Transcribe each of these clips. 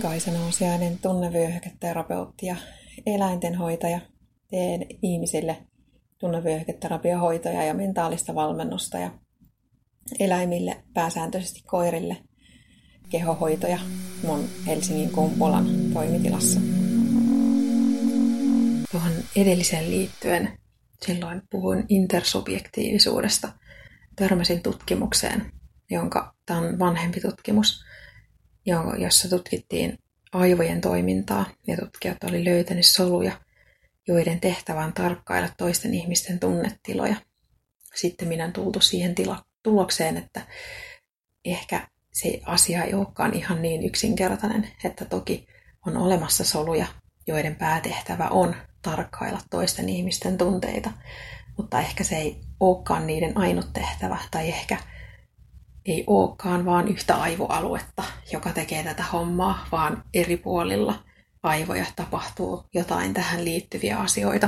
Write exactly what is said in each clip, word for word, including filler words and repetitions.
Kaisa Nousiainen, tunnevyöhyketerapeutti ja eläintenhoitaja. Teen ihmisille tunnevyöhyketerapiohoitoja ja mentaalista valmennusta ja eläimille, pääsääntöisesti koirille, kehohoitoja mun Helsingin Kumpulan toimitilassa. Tuohon edelliseen liittyen silloin puhuin intersubjektiivisuudesta. Törmäsin tutkimukseen, jonka tämä on vanhempi tutkimus, jossa tutkittiin aivojen toimintaa ja tutkijat oli löytänyt soluja, joiden tehtävä on tarkkailla toisten ihmisten tunnetiloja. Sitten minä on tultu siihen tila- tulokseen, että ehkä se asia ei olekaan ihan niin yksinkertainen, että toki on olemassa soluja, joiden päätehtävä on tarkkailla toisten ihmisten tunteita, mutta ehkä se ei olekaan niiden ainut tehtävä, tai ehkä ei olekaan vaan yhtä aivoaluetta, joka tekee tätä hommaa, vaan eri puolilla aivoja tapahtuu jotain tähän liittyviä asioita.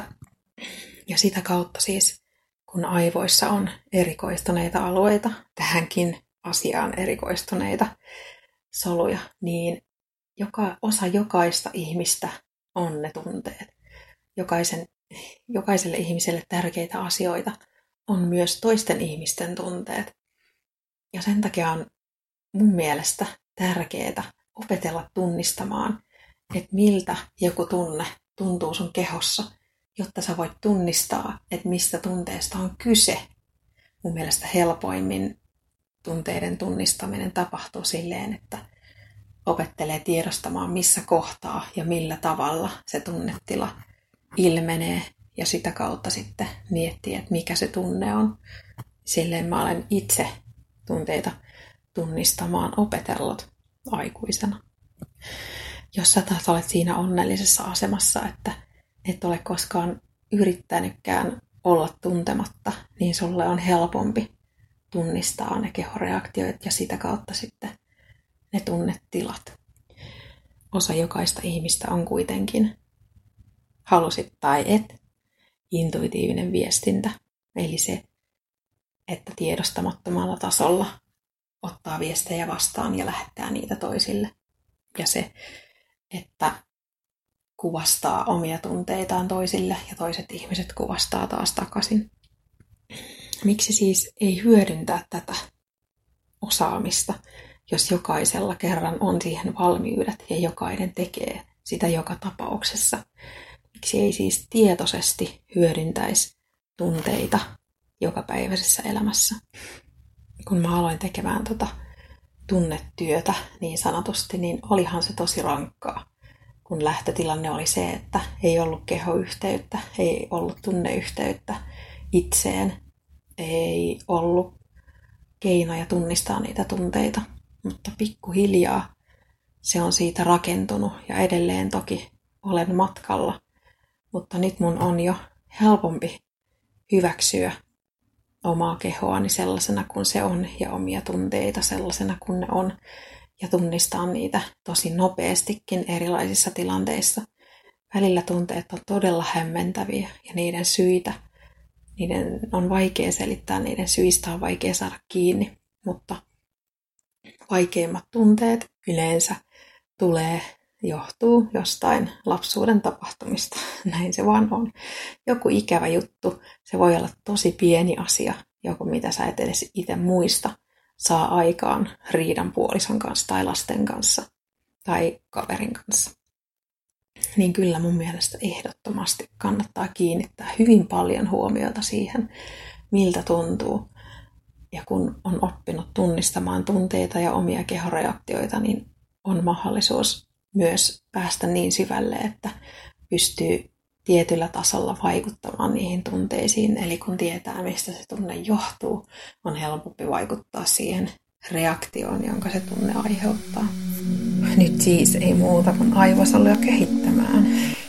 Ja sitä kautta siis, kun aivoissa on erikoistuneita alueita, tähänkin asiaan erikoistuneita soluja, niin joka, osa jokaista ihmistä on ne tunteet. Jokaisen, jokaiselle ihmiselle tärkeitä asioita on myös toisten ihmisten tunteet. Ja sen takia on mun mielestä tärkeää opetella tunnistamaan, että miltä joku tunne tuntuu sun kehossa, jotta sä voit tunnistaa, että mistä tunteesta on kyse. Mun mielestä helpoimmin tunteiden tunnistaminen tapahtuu silleen, että opettelee tiedostamaan, missä kohtaa ja millä tavalla se tunnetila ilmenee ja sitä kautta sitten miettii, että mikä se tunne on. Silleen mä olen itse tunteita tunnistamaan opetellut aikuisena. Jos sä taas olet siinä onnellisessa asemassa, että et ole koskaan yrittänytkään olla tuntematta, niin sulle on helpompi tunnistaa ne kehoreaktiot ja sitä kautta sitten ne tunnetilat. Osa jokaista ihmistä on kuitenkin, halusit tai et, intuitiivinen viestintä, eli se, että tiedostamattomalla tasolla ottaa viestejä vastaan ja lähettää niitä toisille. Ja se, että kuvastaa omia tunteitaan toisille ja toiset ihmiset kuvastaa taas takaisin. Miksi siis ei hyödyntää tätä osaamista, jos jokaisella kerran on siihen valmiudet ja jokainen tekee sitä joka tapauksessa? Miksi ei siis tietoisesti hyödyntäisi tunteita jokapäiväisessä elämässä? Kun mä aloin tekemään tota tunnetyötä niin sanotusti, niin olihan se tosi rankkaa. Kun lähtötilanne oli se, että ei ollut kehoyhteyttä, ei ollut tunneyhteyttä itseen, ei ollut keinoja tunnistaa niitä tunteita. Mutta pikkuhiljaa se on siitä rakentunut ja edelleen toki olen matkalla. Mutta nyt mun on jo helpompi hyväksyä omaa kehoani sellaisena kuin se on ja omia tunteita sellaisena kuin ne on ja tunnistaa niitä tosi nopeastikin erilaisissa tilanteissa. Välillä tunteet on todella hämmentäviä ja niiden syitä, niiden on vaikea selittää, niiden syistä on vaikea saada kiinni, mutta vaikeimmat tunteet yleensä tulee, johtuu jostain lapsuuden tapahtumista. Näin se vaan on. Joku ikävä juttu, se voi olla tosi pieni asia, joku mitä sä et edes itse muista, saa aikaan riidan puolison kanssa tai lasten kanssa tai kaverin kanssa. Niin kyllä mun mielestä ehdottomasti kannattaa kiinnittää hyvin paljon huomiota siihen, miltä tuntuu. Ja kun on oppinut tunnistamaan tunteita ja omia kehoreaktioita, niin on mahdollisuus myös päästä niin syvälle, että pystyy tietyllä tasolla vaikuttamaan niihin tunteisiin. Eli kun tietää, mistä se tunne johtuu, on helpompi vaikuttaa siihen reaktioon, jonka se tunne aiheuttaa. Nyt siis ei muuta kuin aivosoluja kehittämään.